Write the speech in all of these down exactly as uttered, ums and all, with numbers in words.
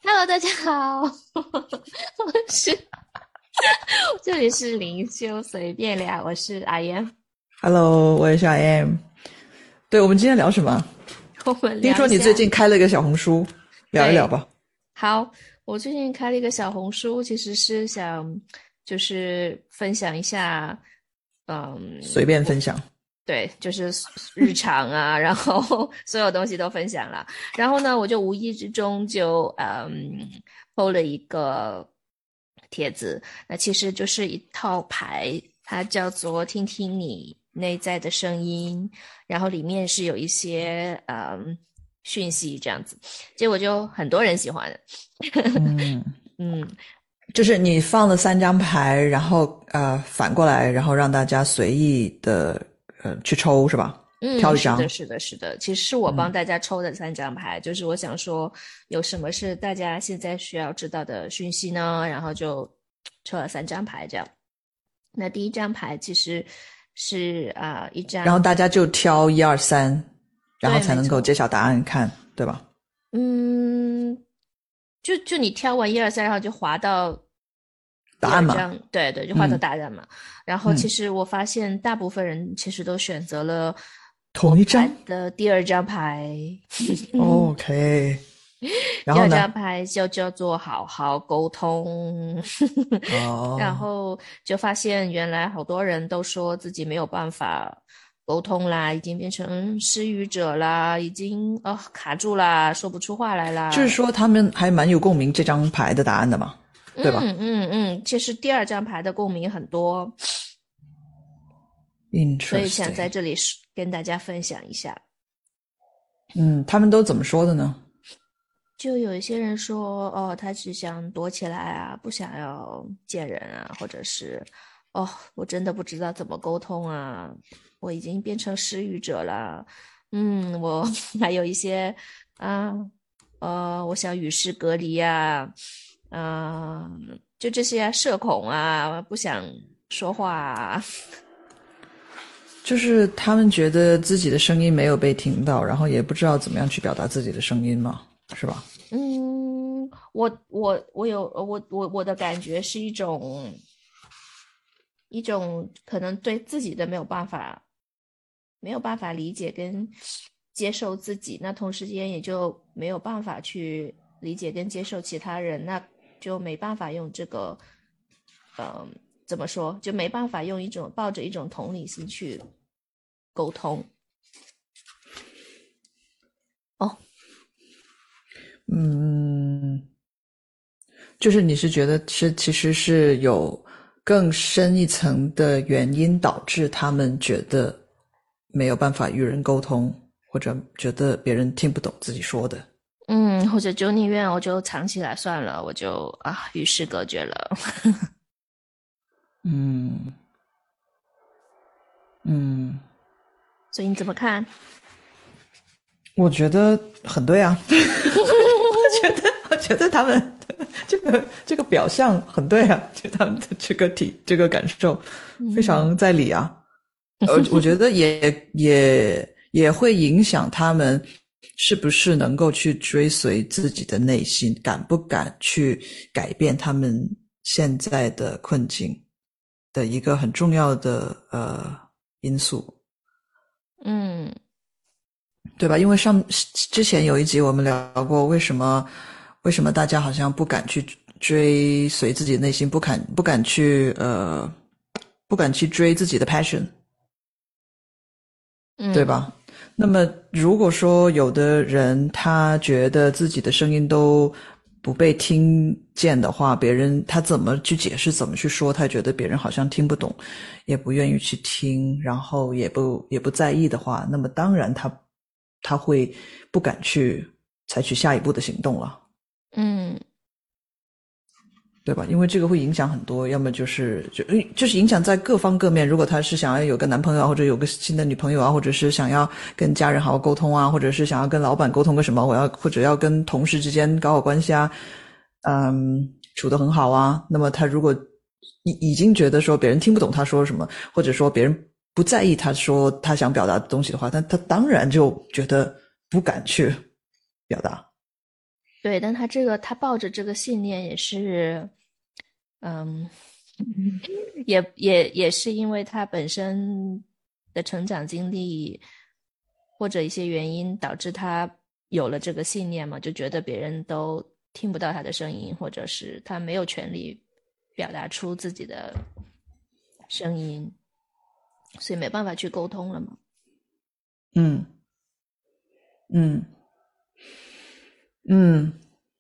Hello，大家好，我是这里是灵修随便聊，我是阿言。 Hello，我也是 I am。对，我们今天聊什么？ 我们听说你最聊一下， 近开了一个小红书，聊一聊对， 吧。 好，我最近开了一个小红书，其实是想就是分享一下，嗯， 随便我分享。 对，就是日常啊，然后所有东西都分享了。然后呢，我就无意之中就嗯 P O 了一个帖子，那其实就是一套牌，它叫做“听听你内在的声音”，然后里面是有一些嗯讯息这样子，结果就很多人喜欢。 嗯， 嗯， 就是你放了三张牌，然后呃反过来，然后让大家随意的呃去抽是吧？ 嗯，是的， 挑一张。 是的，是的。其实是我帮嗯大家抽的三张牌，就是我想说有什么是大家现在需要知道的讯息呢？然后就抽了三张牌这样。那第一张牌其实是啊、呃一张， 然后大家就挑一二三，然后对， 才能够揭没错， 晓答案看，对吧？ 嗯，就就你挑完一二三，然后就滑到第答案嘛。 二张，对对，就滑到嗯大张嘛。然后其嗯， 实我发现大部分人其实都选择了我牌同一张。 的第二张牌。 OK。然后呢？ 第二张牌就叫做好好沟通，然哦， 后就发现原来好多人都说自己没有办法沟通啦，已经变成失语者啦，已经哦卡住啦，说不出话来啦。 就是说他们还蛮有共鸣这张牌的答案的嘛，对吧嗯嗯嗯，其实第二张牌的共鸣很多，所以想在 ？Interesting。 这里跟大家分享一下。 嗯，他们都怎么说的呢？ 就有一些人说，哦，他只想躲起来啊，不想要见人啊，或者是，哦，我真的不知道怎么沟通啊，我已经变成失语者了。嗯，我还有一些啊，呃，我想与世隔离呀、啊，嗯、就这些啊社恐啊，不想说话啊。 就是他们觉得自己的声音没有被听到，然后也不知道怎么样去表达自己的声音嘛，是吧？ 嗯，我我我有我我我的感觉是一种。一种可能对自己的没有办法，没有办法理解跟接受自己，那同时间也就没有办法去理解跟接受其他人，那就没办法用这个，呃，怎么说，就没办法用一种抱着一种同理心去沟通。哦， 嗯，就是你是觉得是其实是有更深一层的原因导致他们觉得没有办法与人沟通，或者觉得别人听不懂自己说的。 嗯，或者就宁愿我就藏起来算了，我就啊与世隔绝了。 嗯嗯， 所以你怎么看？ 我觉得很对啊。觉得我觉得他们这个这个表象很对啊，就他们的这个体这个感受非嗯常在理啊。呃，我觉得也也也会影响他们是不是能够去追随自己的内心，敢不敢去改变他们现在的困境的一个很重要的呃因素。 嗯对吧？因为上之前有一集我们聊过，为什么为什么大家好像不敢去追随自己的内心，不敢不敢去呃不敢去追自己的 passion，对嗯吧？那么如果说有的人他觉得自己的声音都不被听见的话，别人他怎么去解释，怎么去说，他觉得别人好像听不懂，也不愿意去听，然后也不也不在意的话，那么当然他他会不敢去采取下一步的行动了。 嗯对吧？因为这个会影响很多，要么就是就就是影响在各方各面。如果他是想要有个男朋友啊，或者有个新的女朋友啊，或者是想要跟家人好好沟通啊，或者是想要跟老板沟通个什么，我要或者要跟同事之间搞好关系啊，嗯，处得很好啊。那么他如果已已经觉得说别人听不懂他说什么，或者说别人不在意他说他想表达的东西的话，那他当然就觉得不敢去表达。 对，但他这个他抱着这个信念也是，嗯，也也也是因为他本身的成长经历或者一些原因导致他有了这个信念嘛，就觉得别人都听不到他的声音，或者是他没有权利表达出自己的声音，所以没办法去沟通了嘛。 嗯嗯嗯，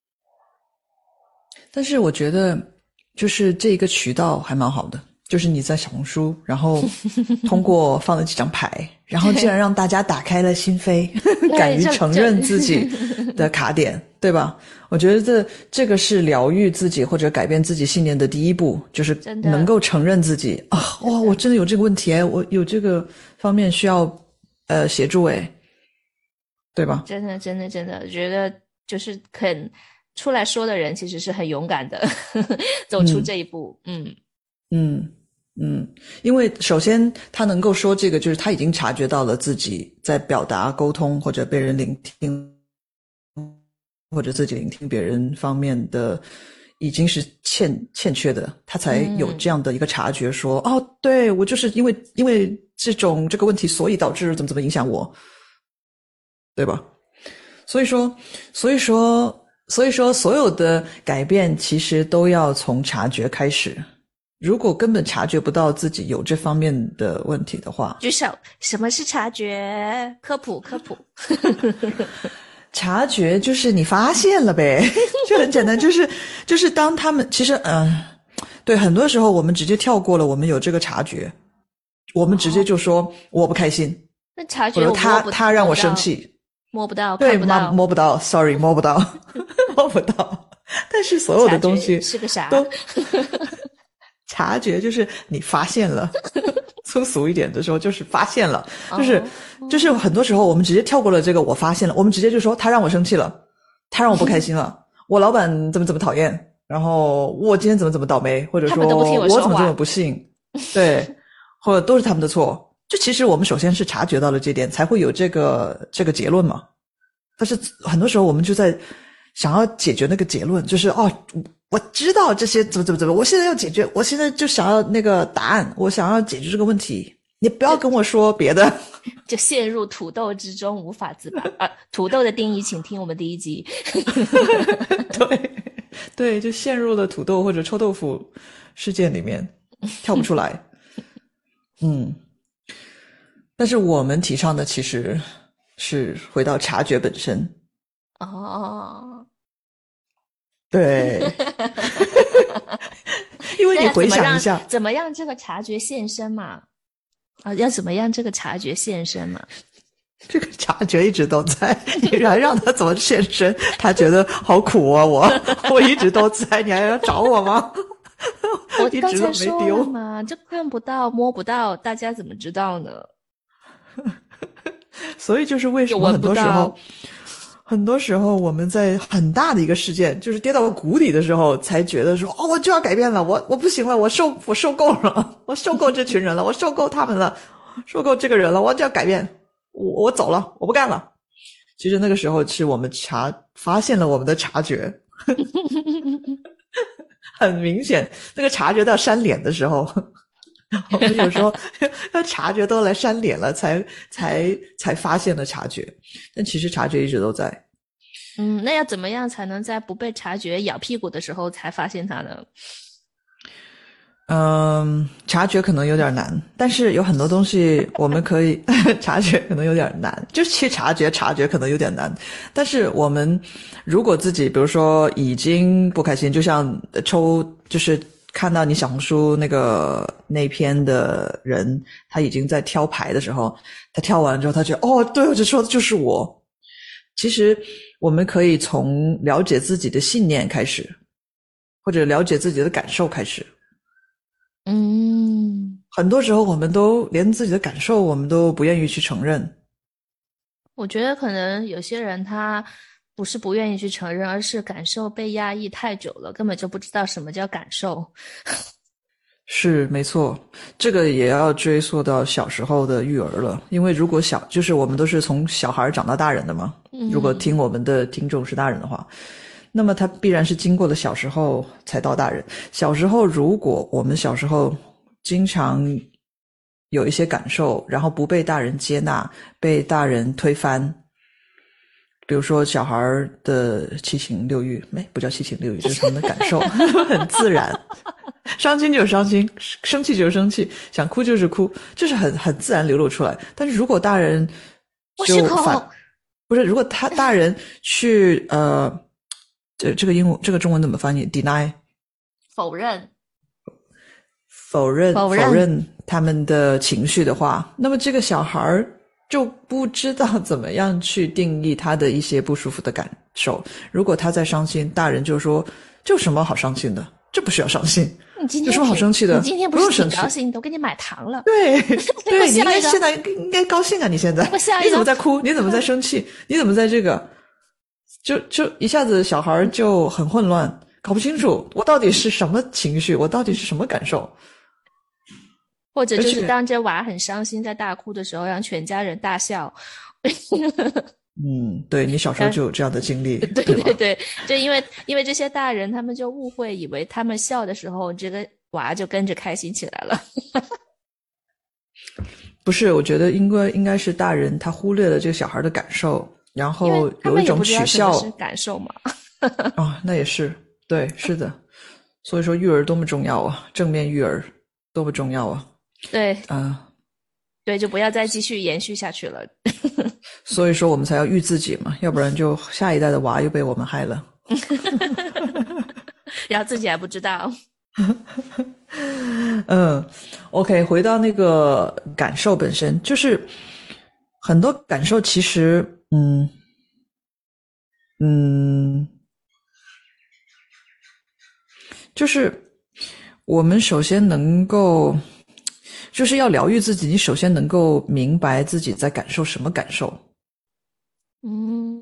但是我觉得就是这一个渠道还蛮好的，就是你在小红书，然后通过放了几张牌，然后竟然让大家打开了心扉，敢于承认自己的卡点，对吧？我觉得这这个是疗愈自己或者改变自己信念的第一步，就是能够承认自己啊，哇，我真的有这个问题，我有这个方面需要呃协助，诶，对吧？ 真的真的真的觉得就是肯出来说的人其实是很勇敢的走出这一步。嗯嗯嗯，因为首先他能够说这个，就是他已经察觉到了自己在表达沟通或者被人聆听或者自己聆听别人方面的已经是欠欠缺的，他才有这样的一个察觉说、嗯、哦，对，我就是因为因为这种这个问题所以导致怎么怎么影响我，对吧？所以说所以说所以说所有的改变其实都要从察觉开始，如果根本察觉不到自己有这方面的问题的话， 举手，什么是察觉？科普科普察觉就是你发现了呗就很简单，就是就是当他们其实嗯、呃，对，很多时候我们直接跳过了我们有这个察觉，我们直接就说、哦、我不开心， 那察觉或者他他让我生气， 摸不到， 对， 看不到， 摸不到 sorry 摸不到摸不到，但是所有的东西是个啥都察觉就是你发现了粗俗一点的时候就是发现了，就是、oh. 就是很多时候我们直接跳过了这个我发现了，我们直接就说他让我生气了，他让我不开心了我老板怎么怎么讨厌，然后我今天怎么怎么倒霉，或者说我怎么这么不幸对，或者都是他们的错，就其实我们首先是察觉到了这点才会有这个这个结论嘛，但是很多时候我们就在想要解决那个结论，就是哦我知道这些怎么怎么怎么，我现在要解决，我现在就想要那个答案，我想要解决这个问题，你不要跟我说别的， 就陷入土豆之中无法自拔啊！土豆的定义请听我们第一集对对，就陷入了土豆或者臭豆腐事件里面跳不出来嗯，但是我们提倡的其实是回到察觉本身哦， 对因为你回想一下怎么让这个察觉现身嘛啊，要怎么样这个察觉现身嘛？ 这个察觉一直都在，你还让他怎么现身？他觉得好苦啊！我我一直都在，你还要找我吗？ 我刚才说了嘛，就看不到摸不到，大家怎么知道呢？ 所以就是为什么很多时候很多时候我们在很大的一个事件就是跌到谷底的时候才觉得说哦我就要改变了，我我不行了，我受我受够了，我受够这群人了，我受够他们了，受够这个人了，我就要改变，我我走了，我不干了。其实那个时候是我们察发现了我们的察觉很明显，那个察觉到扇脸的时候我们有时候要察觉都来扇脸了才才才发现了察觉，但其实察觉一直都在。 嗯，那要怎么样才能在不被察觉咬屁股的时候才发现它呢？ 嗯，察觉可能有点难，但是有很多东西我们可以察觉可能有点难，就是去察觉察觉可能有点难，但是我们如果自己比如说已经不开心，就像抽就是看到你小红书那个那篇的人他已经在挑牌的时候，他挑完之后他觉得哦对，我这说的就是我。其实我们可以从了解自己的信念开始，或者了解自己的感受开始。 嗯， 很多时候我们都连自己的感受我们都不愿意去承认。 我觉得可能有些人他不是不愿意去承认，而是感受被压抑太久了，根本就不知道什么叫感受。 是没错，这个也要追溯到小时候的育儿了，因为如果小就是我们都是从小孩长到大人的嘛、嗯、如果听我们的听众是大人的话， 那么他必然是经过了小时候才到大人。小时候如果我们小时候经常有一些感受，然后不被大人接纳，被大人推翻，比如说小孩的七情六欲，没不叫七情六欲，这是他们的感受很自然，伤心就是伤心，生气就是生气，想哭就是哭，就是很很自然流露出来。但是如果大人就反不是，如果他大人去呃这这个英文这个中文怎么翻译 deny 否认否认否认否认他们的情绪的话，那么这个小孩就不知道怎么样去定义他的一些不舒服的感受。如果他在伤心，大人就说这有什么好伤心的，这不需要伤心， 你今天有什么好生气的， 你今天不不用生气， 是挺高兴，都给你买糖了。 对对，你应该下一个现在应该高兴啊！你现在我下一个你怎么在哭？你怎么在生气？你怎么在这个？就就一下子小孩就很混乱，搞不清楚我到底是什么情绪，我到底是什么感受。 或者就而且是当这娃很伤心在大哭的时候，让全家人大笑。 嗯，对，你小时候就有这样的经历， 对对吧对对，就因为因为这些大人他们就误会，以为他们笑的时候，这个娃就跟着开心起来了。 不是，我觉得应该应该是大人他忽略了这个小孩的感受，然因后为他有一种们也不知道取笑什么是感受嘛。 哦，那也是，对，是的。所以说育儿多么重要啊，正面育儿多么重要啊。 对啊、 对，就不要再继续延续下去了。 所以说我们才要育自己嘛，要不然就下一代的娃又被我们害了。 然后自己还不知道。 嗯 ，OK， 回到那个感受本身，就是很多感受其实，嗯嗯，就是我们首先能够，就是要疗愈自己，你首先能够明白自己在感受什么感受。 嗯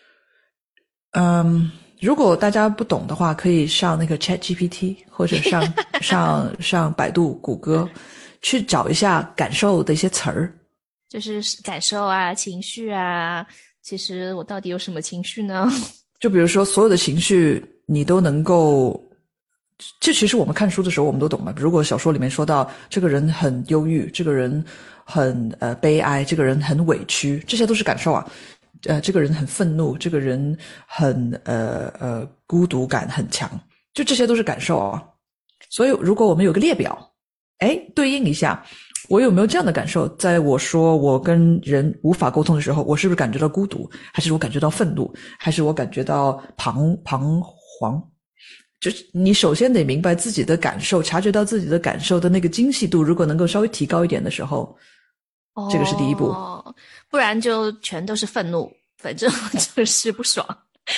嗯，如果大家不懂的话，可以上那个 Chat G P T 或者上上上百度、谷歌去找一下感受的一些词儿。 就是感受啊，情绪啊，其实我到底有什么情绪呢？ 就比如说所有的情绪你都能够，这其实我们看书的时候我们都懂嘛。如果小说里面说到这个人很忧郁，这个人很呃悲哀，这个人很委屈，这些都是感受啊。呃，这个人很愤怒，这个人很呃呃孤独感很强，就这些都是感受啊。所以如果我们有个列表，哎，对应一下，我有没有这样的感受？在我说我跟人无法沟通的时候，我是不是感觉到孤独，还是我感觉到愤怒，还是我感觉到彷彷徨？就是你首先得明白自己的感受，察觉到自己的感受的那个精细度，如果能够稍微提高一点的时候，这个是第一步。 哦，不然就全都是愤怒，反正就是不爽。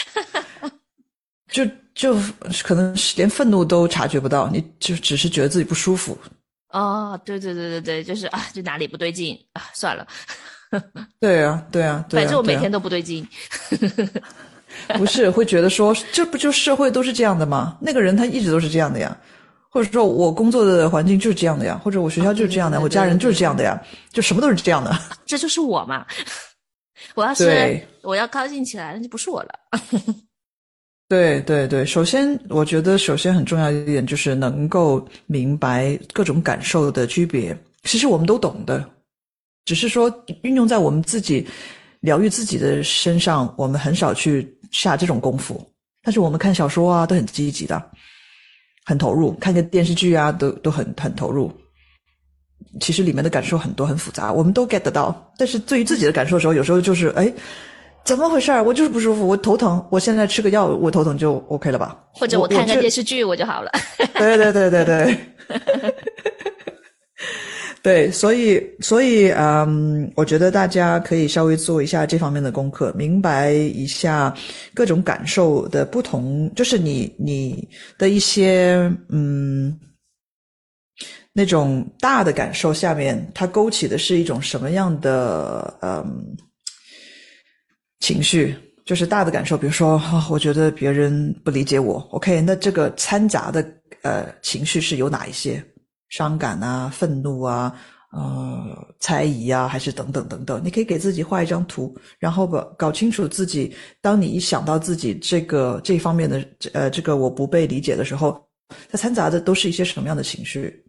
就就可能连愤怒都察觉不到，你就只是觉得自己不舒服。 哦，对对对对对，就是啊，这哪里不对劲啊？算了。 对啊，对啊，对啊。 反正我每对啊天都不对劲。 不是会觉得说，这不就社会都是这样的吗？那个人他一直都是这样的呀，或者说我工作的环境就是这样的呀，或者我学校就是这样的， 哦对对对我家人就是这样的呀，就什么都是这样的。 这就是我嘛。我要是对我要高兴起来，那就不是我了。 对对对，首先我觉得首先很重要一点就是能够明白各种感受的区别，其实我们都懂的，只是说运用在我们自己疗愈自己的身上，我们很少去下这种功夫。但是我们看小说啊都很积极的，很投入，看个电视剧啊都都很很投入。其实里面的感受很多很复杂，我们都 get 得到，但是对于自己的感受的时候，有时候就是哎，怎么回事儿？我就是不舒服，我头疼，我现在吃个药，我头疼就 OK 了吧？ 或者我看个这电视剧我就好了。 对对对对对。对，所以所以嗯，我觉得大家可以稍微做一下这方面的功课，明白一下各种感受的不同，就是你你的一些嗯那种大的感受下面，它勾起的是一种什么样的嗯情绪？就是大的感受，比如说、哦、我觉得别人不理解我 ，OK， 那这个掺杂的呃情绪是有哪一些？伤感啊，愤怒啊， 呃猜疑啊，还是等等等等，你可以给自己画一张图，然后把搞清楚自己，当你一想到自己这个这方面的呃这个我不被理解的时候，它掺杂的都是一些什么样的情绪。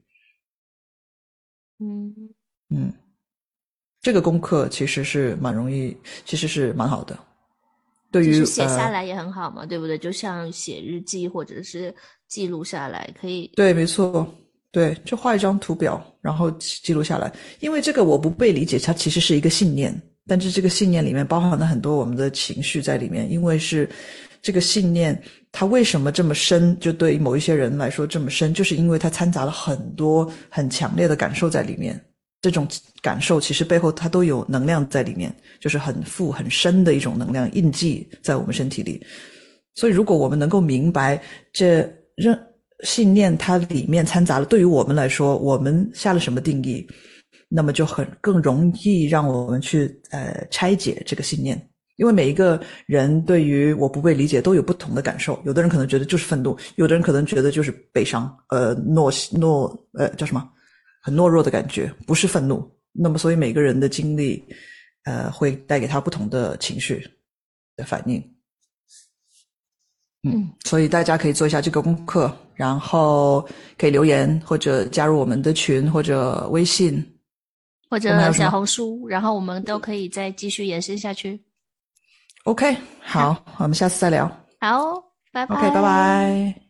嗯嗯，这个功课其实是蛮容易，其实是蛮好的。对于其实写下呃来也很好嘛，对不对？就像写日记或者是记录下来，可以。 对，没错，对，就画一张图表，然后记录下来。因为这个我不被理解，它其实是一个信念，但是这个信念里面包含了很多我们的情绪在里面。因为是这个信念，它为什么这么深？就对于某一些人来说这么深，就是因为它掺杂了很多很强烈的感受在里面。这种感受其实背后它都有能量在里面，就是很富很深的一种能量印记在我们身体里。所以如果我们能够明白这任信念它里面掺杂了，对于我们来说我们下了什么定义，那么就很更容易让我们去呃拆解这个信念。因为每一个人对于我不被理解都有不同的感受，有的人可能觉得就是愤怒，有的人可能觉得就是悲伤，呃懦懦呃叫什么很懦弱的感觉，不是愤怒。那么所以每个人的经历呃会带给他不同的情绪的反应。嗯，所以大家可以做一下这个功课，然后可以留言或者加入我们的群或者微信或者小红书，然后我们都可以再继续延伸下去。 OK， 好，我们下次再聊。 好，拜拜。 OK， 拜拜。